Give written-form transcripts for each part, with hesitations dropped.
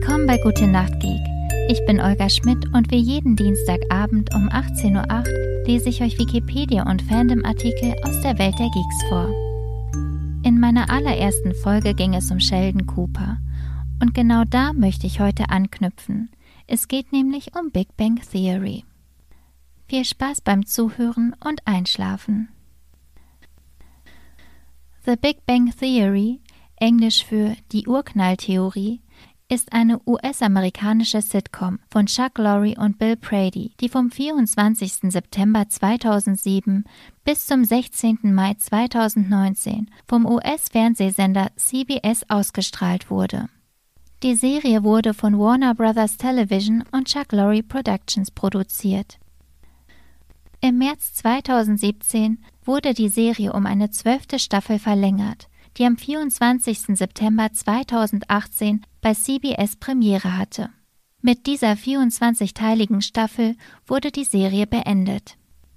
Willkommen bei Gute Nacht Geek. Ich bin Olga Schmidt und wie jeden Dienstagabend um 18:08 Uhr lese ich euch Wikipedia- und Fandom-Artikel aus der Welt der Geeks vor. In meiner allerersten Folge ging es um Sheldon Cooper. Und genau da möchte ich heute anknüpfen. Es geht nämlich um Big Bang Theory. Viel Spaß beim Zuhören und Einschlafen. The Big Bang Theory, englisch für die Urknalltheorie, ist eine US-amerikanische Sitcom von Chuck Lorre und Bill Prady, die vom 24. September 2007 bis zum 16. Mai 2019 vom US-Fernsehsender CBS ausgestrahlt wurde. Die Serie wurde von Warner Bros. Television und Chuck Lorre Productions produziert. Im März 2017 wurde die Serie um eine 12. Staffel verlängert, die am 24. September 2018 bei CBS Premiere hatte. Mit dieser 24-teiligen Staffel wurde die Serie beendet.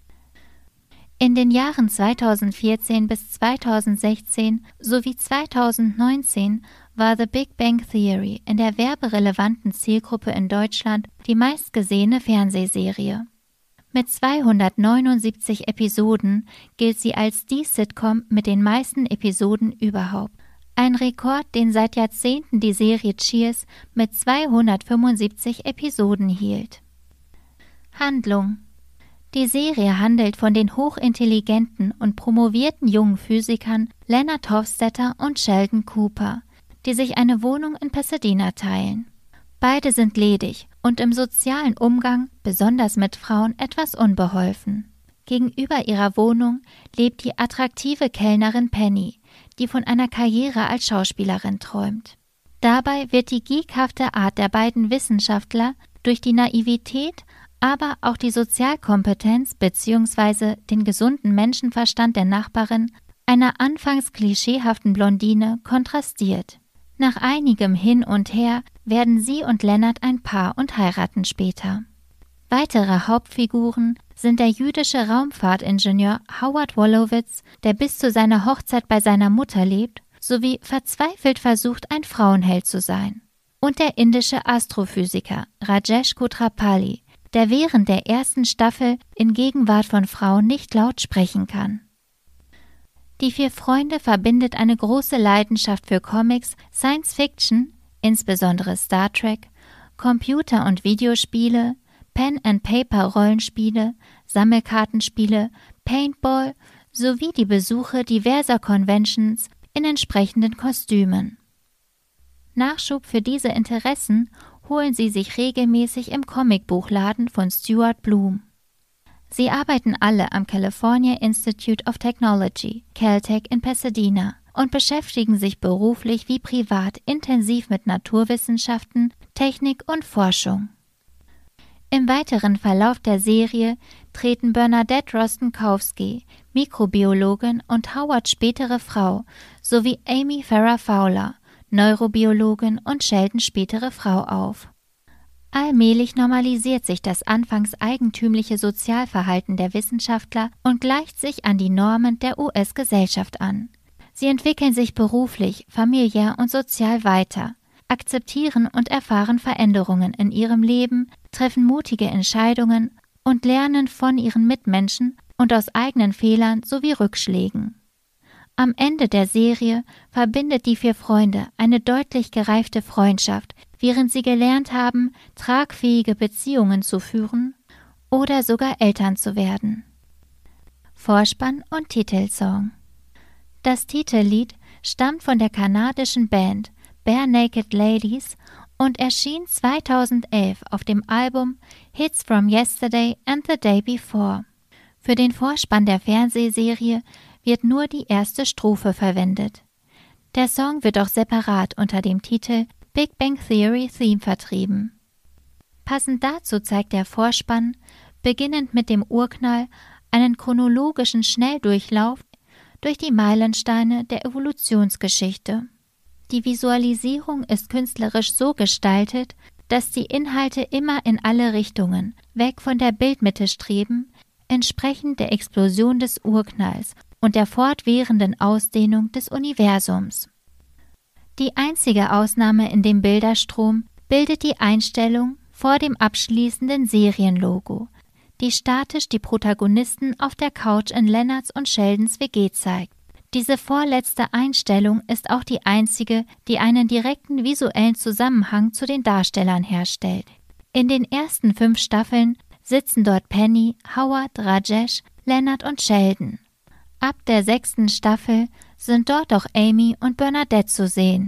In den Jahren 2014 bis 2016 sowie 2019 war The Big Bang Theory in der werberelevanten Zielgruppe in Deutschland die meistgesehene Fernsehserie. Mit 279 Episoden gilt sie als die Sitcom mit den meisten Episoden überhaupt. Ein Rekord, den seit Jahrzehnten die Serie Cheers mit 275 Episoden hielt. Handlung: Die Serie handelt von den hochintelligenten und promovierten jungen Physikern Leonard Hofstadter und Sheldon Cooper, die sich eine Wohnung in Pasadena teilen. Beide sind ledig und im sozialen Umgang, besonders mit Frauen, etwas unbeholfen. Gegenüber ihrer Wohnung lebt die attraktive Kellnerin Penny, die von einer Karriere als Schauspielerin träumt. Dabei wird die geekhafte Art der beiden Wissenschaftler durch die Naivität, aber auch die Sozialkompetenz bzw. den gesunden Menschenverstand der Nachbarin, einer anfangs klischeehaften Blondine, kontrastiert. Nach einigem Hin und Her werden sie und Leonard ein Paar und heiraten später. Weitere Hauptfiguren sind der jüdische Raumfahrtingenieur Howard Wolowitz, der bis zu seiner Hochzeit bei seiner Mutter lebt, sowie verzweifelt versucht, ein Frauenheld zu sein. Und der indische Astrophysiker Rajesh Kutrapali, der während der ersten Staffel in Gegenwart von Frauen nicht laut sprechen kann. Die vier Freunde verbindet eine große Leidenschaft für Comics, Science Fiction, insbesondere Star Trek, Computer- und Videospiele, Pen-and-Paper-Rollenspiele, Sammelkartenspiele, Paintball sowie die Besuche diverser Conventions in entsprechenden Kostümen. Nachschub für diese Interessen holen sie sich regelmäßig im Comicbuchladen von Stuart Bloom. Sie arbeiten alle am California Institute of Technology, Caltech in Pasadena, und beschäftigen sich beruflich wie privat intensiv mit Naturwissenschaften, Technik und Forschung. Im weiteren Verlauf der Serie treten Bernadette Rostenkowski, Mikrobiologin und Howards spätere Frau, sowie Amy Farrah Fowler, Neurobiologin und Sheldons spätere Frau auf. Allmählich normalisiert sich das anfangs eigentümliche Sozialverhalten der Wissenschaftler und gleicht sich an die Normen der US-Gesellschaft an. Sie entwickeln sich beruflich, familiär und sozial weiter, akzeptieren und erfahren Veränderungen in ihrem Leben, treffen mutige Entscheidungen und lernen von ihren Mitmenschen und aus eigenen Fehlern sowie Rückschlägen. Am Ende der Serie verbindet die vier Freunde eine deutlich gereifte Freundschaft, während sie gelernt haben, tragfähige Beziehungen zu führen oder sogar Eltern zu werden. Vorspann und Titelsong. Das Titellied stammt von der kanadischen Band Bare Naked Ladies und erschien 2011 auf dem Album Hits from Yesterday and the Day Before. Für den Vorspann der Fernsehserie wird nur die erste Strophe verwendet. Der Song wird auch separat unter dem Titel Big Bang Theory Theme vertrieben. Passend dazu zeigt der Vorspann, beginnend mit dem Urknall, einen chronologischen Schnelldurchlauf durch die Meilensteine der Evolutionsgeschichte. Die Visualisierung ist künstlerisch so gestaltet, dass die Inhalte immer in alle Richtungen, weg von der Bildmitte streben, entsprechend der Explosion des Urknalls und der fortwährenden Ausdehnung des Universums. Die einzige Ausnahme in dem Bilderstrom bildet die Einstellung vor dem abschließenden Serienlogo, die statisch die Protagonisten auf der Couch in Leonards und Sheldons WG zeigt. Diese vorletzte Einstellung ist auch die einzige, die einen direkten visuellen Zusammenhang zu den Darstellern herstellt. In den ersten 5 Staffeln sitzen dort Penny, Howard, Rajesh, Leonard und Sheldon. Ab der 6. Staffel sind dort auch Amy und Bernadette zu sehen.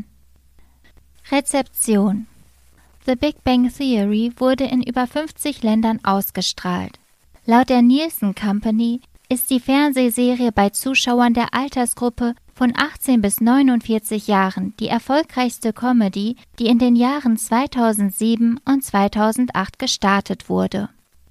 Rezeption: The Big Bang Theory wurde in über 50 Ländern ausgestrahlt. Laut der Nielsen Company ist die Fernsehserie bei Zuschauern der Altersgruppe von 18 bis 49 Jahren die erfolgreichste Comedy, die in den Jahren 2007 und 2008 gestartet wurde.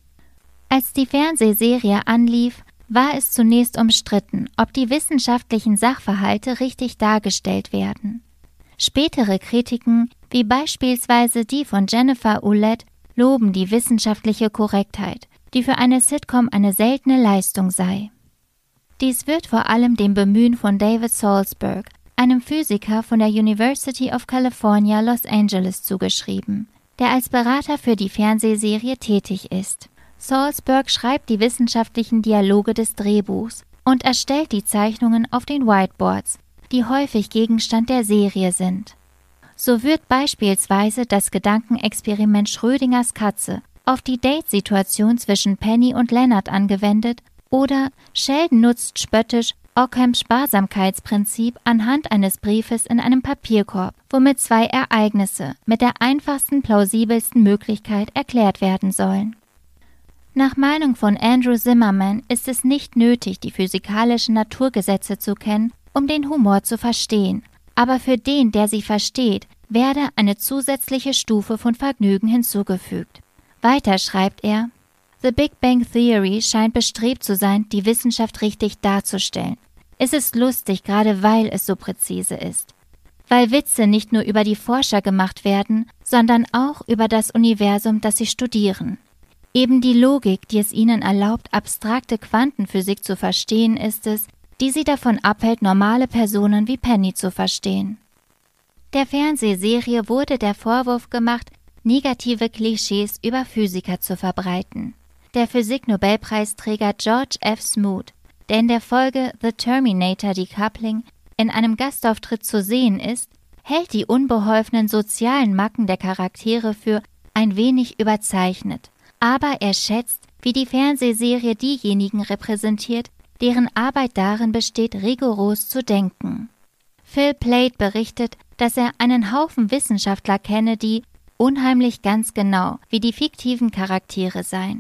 Als die Fernsehserie anlief, war es zunächst umstritten, ob die wissenschaftlichen Sachverhalte richtig dargestellt werden. Spätere Kritiken, wie beispielsweise die von Jennifer Ouellette, loben die wissenschaftliche Korrektheit, die für eine Sitcom eine seltene Leistung sei. Dies wird vor allem dem Bemühen von David Salzberg, einem Physiker von der University of California, Los Angeles, zugeschrieben, der als Berater für die Fernsehserie tätig ist. Salzberg schreibt die wissenschaftlichen Dialoge des Drehbuchs und erstellt die Zeichnungen auf den Whiteboards, die häufig Gegenstand der Serie sind. So wird beispielsweise das Gedankenexperiment Schrödingers Katze auf die Datesituation zwischen Penny und Leonard angewendet oder Sheldon nutzt spöttisch Ockhams Sparsamkeitsprinzip anhand eines Briefes in einem Papierkorb, womit 2 Ereignisse mit der einfachsten, plausibelsten Möglichkeit erklärt werden sollen. Nach Meinung von Andrew Zimmerman ist es nicht nötig, die physikalischen Naturgesetze zu kennen, um den Humor zu verstehen, aber für den, der sie versteht, werde eine zusätzliche Stufe von Vergnügen hinzugefügt. Weiter schreibt er: The Big Bang Theory scheint bestrebt zu sein, die Wissenschaft richtig darzustellen. Es ist lustig, gerade weil es so präzise ist. Weil Witze nicht nur über die Forscher gemacht werden, sondern auch über das Universum, das sie studieren. Eben die Logik, die es ihnen erlaubt, abstrakte Quantenphysik zu verstehen, ist es, die sie davon abhält, normale Personen wie Penny zu verstehen. Der Fernsehserie wurde der Vorwurf gemacht, negative Klischees über Physiker zu verbreiten. Der Physiknobelpreisträger George F. Smoot, der in der Folge The Terminator Decoupling in einem Gastauftritt zu sehen ist, hält die unbeholfenen sozialen Macken der Charaktere für ein wenig überzeichnet. Aber er schätzt, wie die Fernsehserie diejenigen repräsentiert, deren Arbeit darin besteht, rigoros zu denken. Phil Plait berichtet, dass er einen Haufen Wissenschaftler kenne, die unheimlich ganz genau wie die fiktiven Charaktere seien.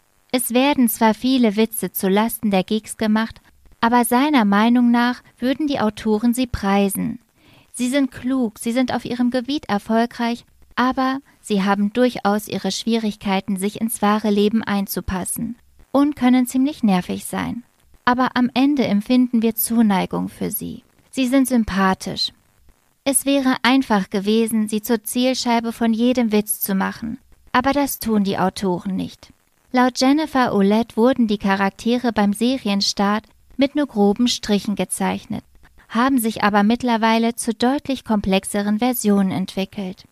Es werden zwar viele Witze zu Lasten der Geeks gemacht, aber seiner Meinung nach würden die Autoren sie preisen. Sie sind klug, sie sind auf ihrem Gebiet erfolgreich, aber sie haben durchaus ihre Schwierigkeiten, sich ins wahre Leben einzupassen und können ziemlich nervig sein. Aber am Ende empfinden wir Zuneigung für sie. Sie sind sympathisch. Es wäre einfach gewesen, sie zur Zielscheibe von jedem Witz zu machen, aber das tun die Autoren nicht. Laut Jennifer Ouellette wurden die Charaktere beim Serienstart mit nur groben Strichen gezeichnet, haben sich aber mittlerweile zu deutlich komplexeren Versionen entwickelt.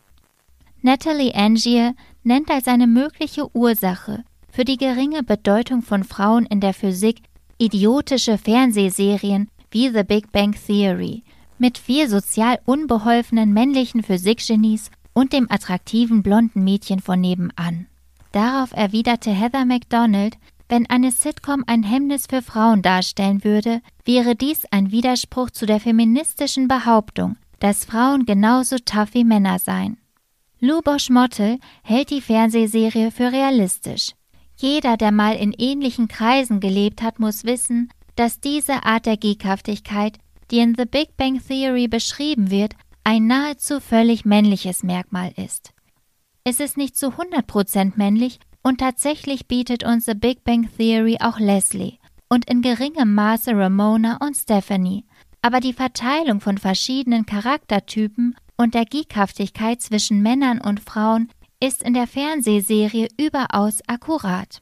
Natalie Angier nennt als eine mögliche Ursache für die geringe Bedeutung von Frauen in der Physik idiotische Fernsehserien wie The Big Bang Theory mit 4 sozial unbeholfenen männlichen Physikgenies und dem attraktiven blonden Mädchen von nebenan. Darauf erwiderte Heather McDonald, wenn eine Sitcom ein Hemmnis für Frauen darstellen würde, wäre dies ein Widerspruch zu der feministischen Behauptung, dass Frauen genauso tough wie Männer seien. Lou Bosch-Mottel hält die Fernsehserie für realistisch. Jeder, der mal in ähnlichen Kreisen gelebt hat, muss wissen, dass diese Art der Geekhaftigkeit, die in The Big Bang Theory beschrieben wird, ein nahezu völlig männliches Merkmal ist. Es ist nicht zu 100% männlich und tatsächlich bietet uns The Big Bang Theory auch Leslie und in geringem Maße Ramona und Stephanie, aber die Verteilung von verschiedenen Charaktertypen und der Geekhaftigkeit zwischen Männern und Frauen ist in der Fernsehserie überaus akkurat.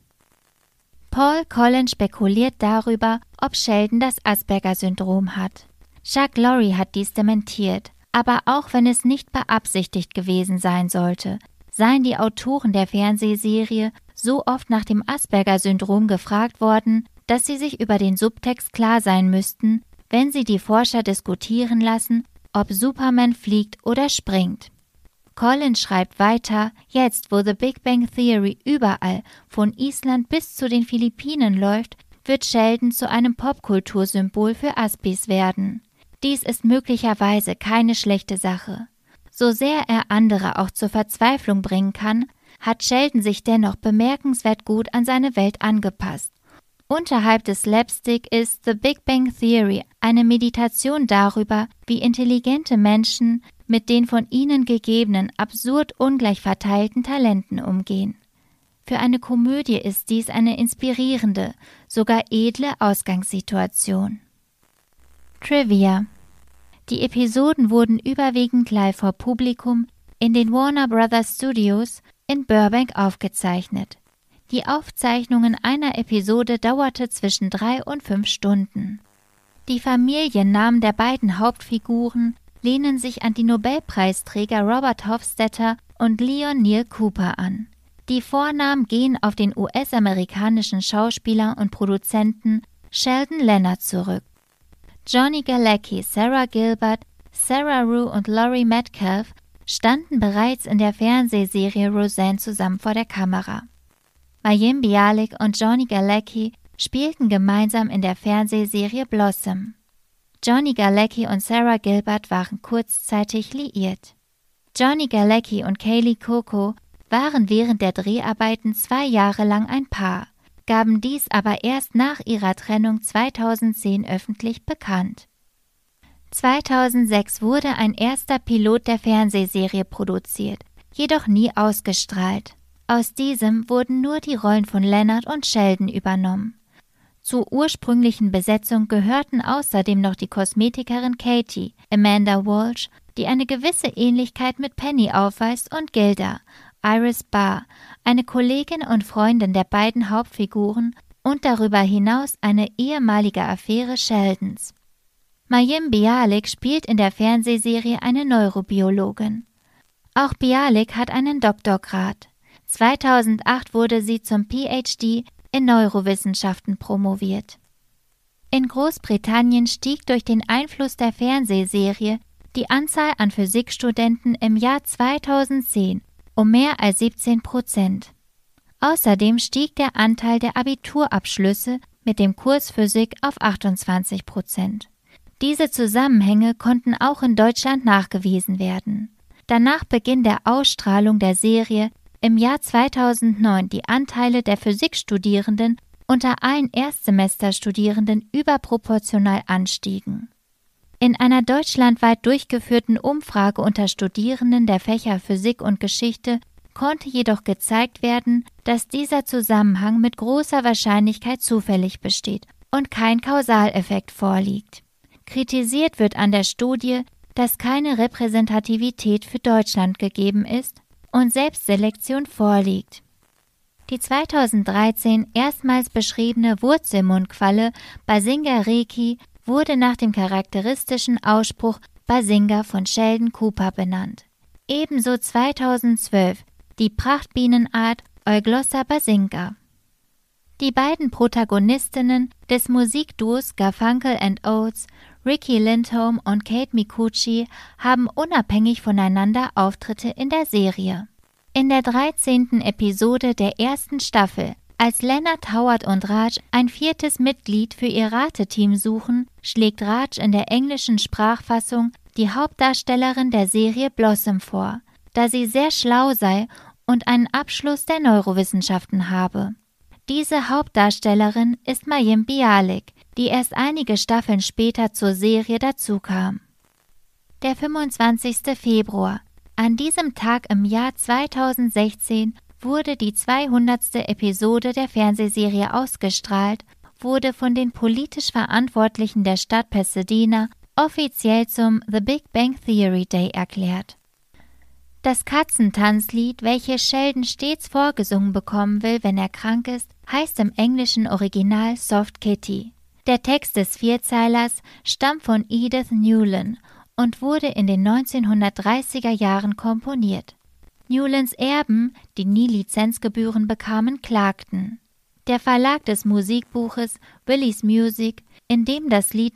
Paul Collins spekuliert darüber, ob Sheldon das Asperger-Syndrom hat. Chuck Lorre hat dies dementiert, Aber auch wenn es nicht beabsichtigt gewesen sein sollte, seien die Autoren der Fernsehserie so oft nach dem Asperger-Syndrom gefragt worden, dass sie sich über den Subtext klar sein müssten, wenn sie die Forscher diskutieren lassen, ob Superman fliegt oder springt. Collins schreibt weiter, jetzt wo The Big Bang Theory überall, von Island bis zu den Philippinen läuft, wird Sheldon zu einem Popkultursymbol für Aspis werden. Dies ist möglicherweise keine schlechte Sache. So sehr er andere auch zur Verzweiflung bringen kann, hat Sheldon sich dennoch bemerkenswert gut an seine Welt angepasst. Unterhalb des Slapstick ist The Big Bang Theory eine Meditation darüber, wie intelligente Menschen mit den von ihnen gegebenen, absurd ungleich verteilten Talenten umgehen. Für eine Komödie ist dies eine inspirierende, sogar edle Ausgangssituation. Trivia: Die Episoden wurden überwiegend live vor Publikum in den Warner Brothers Studios in Burbank aufgezeichnet. Die Aufzeichnungen einer Episode dauerte zwischen 3 und 5 Stunden. Die Familiennamen der beiden Hauptfiguren lehnen sich an die Nobelpreisträger Robert Hofstadter und Leon Neil Cooper an. Die Vornamen gehen auf den US-amerikanischen Schauspieler und Produzenten Sheldon Leonard zurück. Johnny Galecki, Sarah Gilbert, Sarah Rue und Laurie Metcalf standen bereits in der Fernsehserie Roseanne zusammen vor der Kamera. Mayim Bialik und Johnny Galecki spielten gemeinsam in der Fernsehserie Blossom. Johnny Galecki und Sarah Gilbert waren kurzzeitig liiert. Johnny Galecki und Kaylee Cuoco waren während der Dreharbeiten 2 Jahre lang ein Paar, gaben dies aber erst nach ihrer Trennung 2010 öffentlich bekannt. 2006 wurde ein erster Pilot der Fernsehserie produziert, jedoch nie ausgestrahlt. Aus diesem wurden nur die Rollen von Leonard und Sheldon übernommen. Zur ursprünglichen Besetzung gehörten außerdem noch die Kosmetikerin Katie, Amanda Walsh, die eine gewisse Ähnlichkeit mit Penny aufweist, und Gilda, Iris Barr, eine Kollegin und Freundin der beiden Hauptfiguren und darüber hinaus eine ehemalige Affäre Sheldons. Mayim Bialik spielt in der Fernsehserie eine Neurobiologin. Auch Bialik hat einen Doktorgrad. 2008 wurde sie zum PhD in Neurowissenschaften promoviert. In Großbritannien stieg durch den Einfluss der Fernsehserie die Anzahl an Physikstudenten im Jahr 2010 um mehr als 17%. Außerdem stieg der Anteil der Abiturabschlüsse mit dem Kurs Physik auf 28%. Diese Zusammenhänge konnten auch in Deutschland nachgewiesen werden. Da nach Beginn der Ausstrahlung der Serie im Jahr 2009 die Anteile der Physikstudierenden unter allen Erstsemesterstudierenden überproportional anstiegen. In einer deutschlandweit durchgeführten Umfrage unter Studierenden der Fächer Physik und Geschichte konnte jedoch gezeigt werden, dass dieser Zusammenhang mit großer Wahrscheinlichkeit zufällig besteht und kein Kausaleffekt vorliegt. Kritisiert wird an der Studie, dass keine Repräsentativität für Deutschland gegeben ist und Selbstselektion vorliegt. Die 2013 erstmals beschriebene Wurzelmundqualle Basinga reiki wurde nach dem charakteristischen Ausspruch Basinga von Sheldon Cooper benannt. Ebenso 2012 die Prachtbienenart Euglossa basinga. Die beiden Protagonistinnen des Musikduos Garfunkel and Oates, Ricki Lindhome und Kate Micucci, haben unabhängig voneinander Auftritte in der Serie. In der 13. Episode der ersten Staffel, als Leonard, Howard und Raj ein 4. Mitglied für ihr Rateteam suchen, schlägt Raj in der englischen Sprachfassung die Hauptdarstellerin der Serie Blossom vor, da sie sehr schlau sei und einen Abschluss der Neurowissenschaften habe. Diese Hauptdarstellerin ist Mayim Bialik, die erst einige Staffeln später zur Serie dazukam. Der 25. Februar. An diesem Tag im Jahr 2016 wurde die 200. Episode der Fernsehserie ausgestrahlt, wurde von den politisch Verantwortlichen der Stadt Pasadena offiziell zum The Big Bang Theory Day erklärt. Das Katzentanzlied, welches Sheldon stets vorgesungen bekommen will, wenn er krank ist, heißt im englischen Original Soft Kitty. Der Text des Vierzeilers stammt von Edith Newlin und wurde in den 1930er Jahren komponiert. Newlands Erben, die nie Lizenzgebühren bekamen, klagten. Der Verlag des Musikbuches Willie's Music, in dem das Lied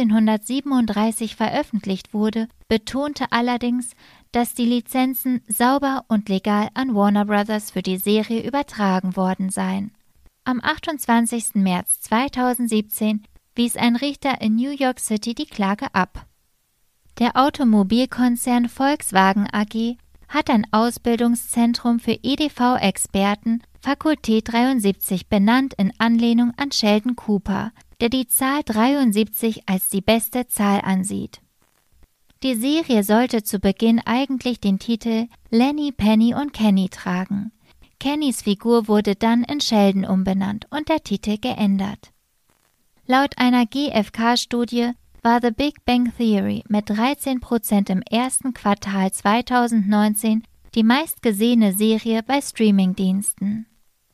1937 veröffentlicht wurde, betonte allerdings, dass die Lizenzen sauber und legal an Warner Bros. Für die Serie übertragen worden seien. Am 28. März 2017 wies ein Richter in New York City die Klage ab. Der Automobilkonzern Volkswagen AG hat ein Ausbildungszentrum für EDV-Experten, Fakultät 73, benannt in Anlehnung an Sheldon Cooper, der die Zahl 73 als die beste Zahl ansieht. Die Serie sollte zu Beginn eigentlich den Titel Lenny, Penny und Kenny tragen. Kennys Figur wurde dann in Sheldon umbenannt und der Titel geändert. Laut einer GfK-Studie war The Big Bang Theory mit 13% im ersten Quartal 2019 die meistgesehene Serie bei Streamingdiensten.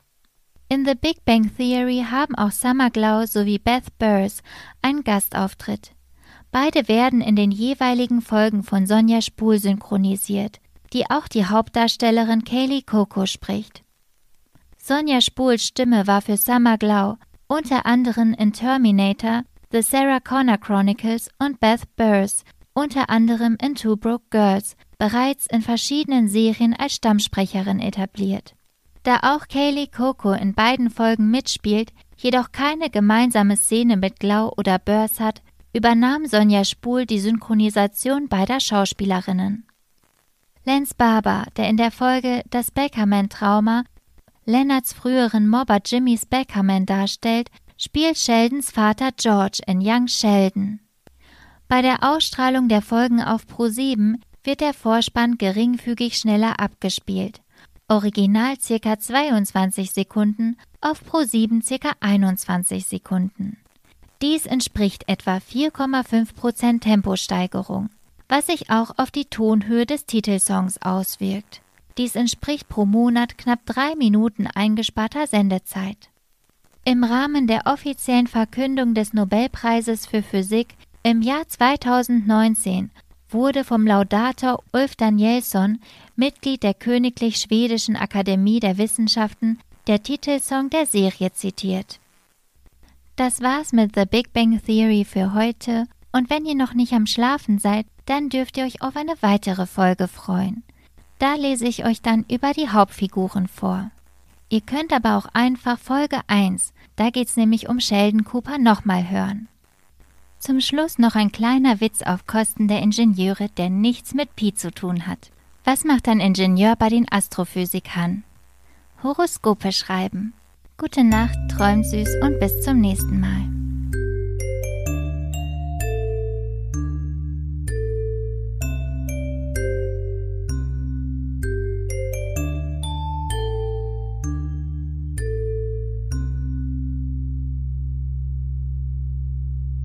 In The Big Bang Theory haben auch Summer Glau sowie Beth Burrs einen Gastauftritt. Beide werden in den jeweiligen Folgen von Sonja Spul synchronisiert, die auch die Hauptdarstellerin Kaley Cuoco spricht. Sonja Spuls Stimme war für Summer Glau unter anderem in Terminator, The Sarah Connor Chronicles und Beth Burrs, unter anderem in Two Broke Girls, bereits in verschiedenen Serien als Stammsprecherin etabliert. Da auch Kaley Cuoco in beiden Folgen mitspielt, jedoch keine gemeinsame Szene mit Glau oder Burrs hat, übernahm Sonja Spul die Synchronisation beider Schauspielerinnen. Lance Barber, der in der Folge Das Beckerman-Trauma Leonards früheren Mobber Jimmy Beckerman darstellt, spielt Sheldons Vater George in Young Sheldon. Bei der Ausstrahlung der Folgen auf Pro7 wird der Vorspann geringfügig schneller abgespielt. Original ca. 22 Sekunden, auf Pro7 ca. 21 Sekunden. Dies entspricht etwa 4,5% Temposteigerung, was sich auch auf die Tonhöhe des Titelsongs auswirkt. Dies entspricht pro Monat knapp 3 Minuten eingesparter Sendezeit. Im Rahmen der offiziellen Verkündung des Nobelpreises für Physik im Jahr 2019 wurde vom Laudator Ulf Danielsson, Mitglied der Königlich Schwedischen Akademie der Wissenschaften, der Titelsong der Serie zitiert. Das war's mit The Big Bang Theory für heute und wenn ihr noch nicht am Schlafen seid, dann dürft ihr euch auf eine weitere Folge freuen. Da lese ich euch dann über die Hauptfiguren vor. Ihr könnt aber auch einfach Folge 1, da geht's nämlich um Sheldon Cooper, nochmal hören. Zum Schluss noch ein kleiner Witz auf Kosten der Ingenieure, der nichts mit Pi zu tun hat. Was macht ein Ingenieur bei den Astrophysikern? Horoskope schreiben. Gute Nacht, träumt süß und bis zum nächsten Mal.